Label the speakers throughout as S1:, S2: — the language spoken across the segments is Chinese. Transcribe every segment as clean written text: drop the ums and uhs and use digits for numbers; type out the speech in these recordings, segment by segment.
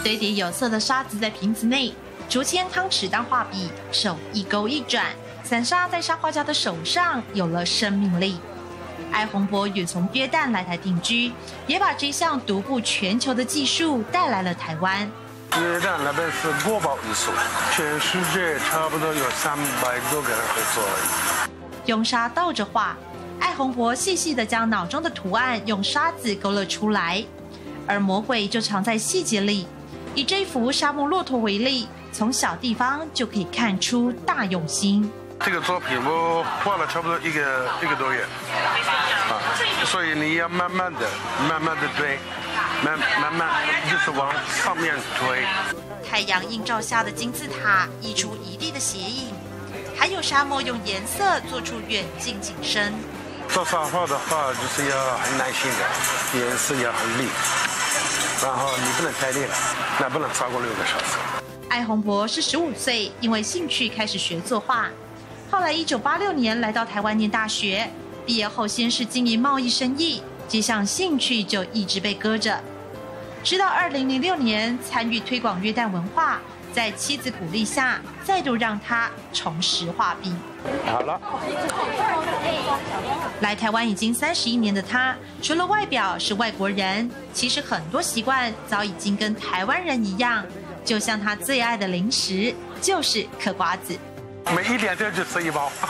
S1: 堆叠有色的沙子在瓶子内，竹签、汤匙当画笔，手一勾一转，散沙在沙画家的手上有了生命力。艾洪博也从约旦来台定居，也把这项独步全球的技术带来了台湾。
S2: 约旦那边是国宝艺术，全世界差不多有300多个人会做而已。
S1: 用沙倒着画，艾洪博细细地将脑中的图案用沙子勾勒出来，而魔鬼就藏在细节里。以这幅沙漠骆驼为例，从小地方就可以看出大用心。
S2: 这个作品我画了差不多一个多月，所以你要慢慢的堆，慢慢就是往上面推。
S1: 太阳映照下的金字塔溢出一地的斜影，还有沙漠用颜色做出远近景深。
S2: 做沙画的话，就是要很耐心的，颜色要很厉，然后你不能太烈了，那不能超过6个小时。
S1: 艾洪博是15岁，因为兴趣开始学作画。后来1986年来到台湾念大学，毕业后先是经营贸易生意，这项兴趣就一直被搁着。直到2006年参与推广约旦文化，在妻子鼓励下，再度让他重拾画笔。
S2: 好了，
S1: 来台湾已经31年的他，除了外表是外国人，其实很多习惯早已经跟台湾人一样。就像他最爱的零食就是嗑瓜子。
S2: 每一2天就吃1包。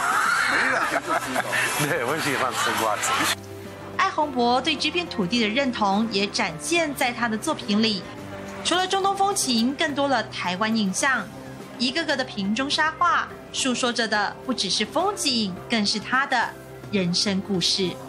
S2: 对，我喜欢吃瓜子。
S1: 艾洪博对这片土地的认同也展现在他的作品里。除了中东风情，更多了台湾印象。一个个的瓶中沙画，诉说着的不只是风景，更是他的人生故事。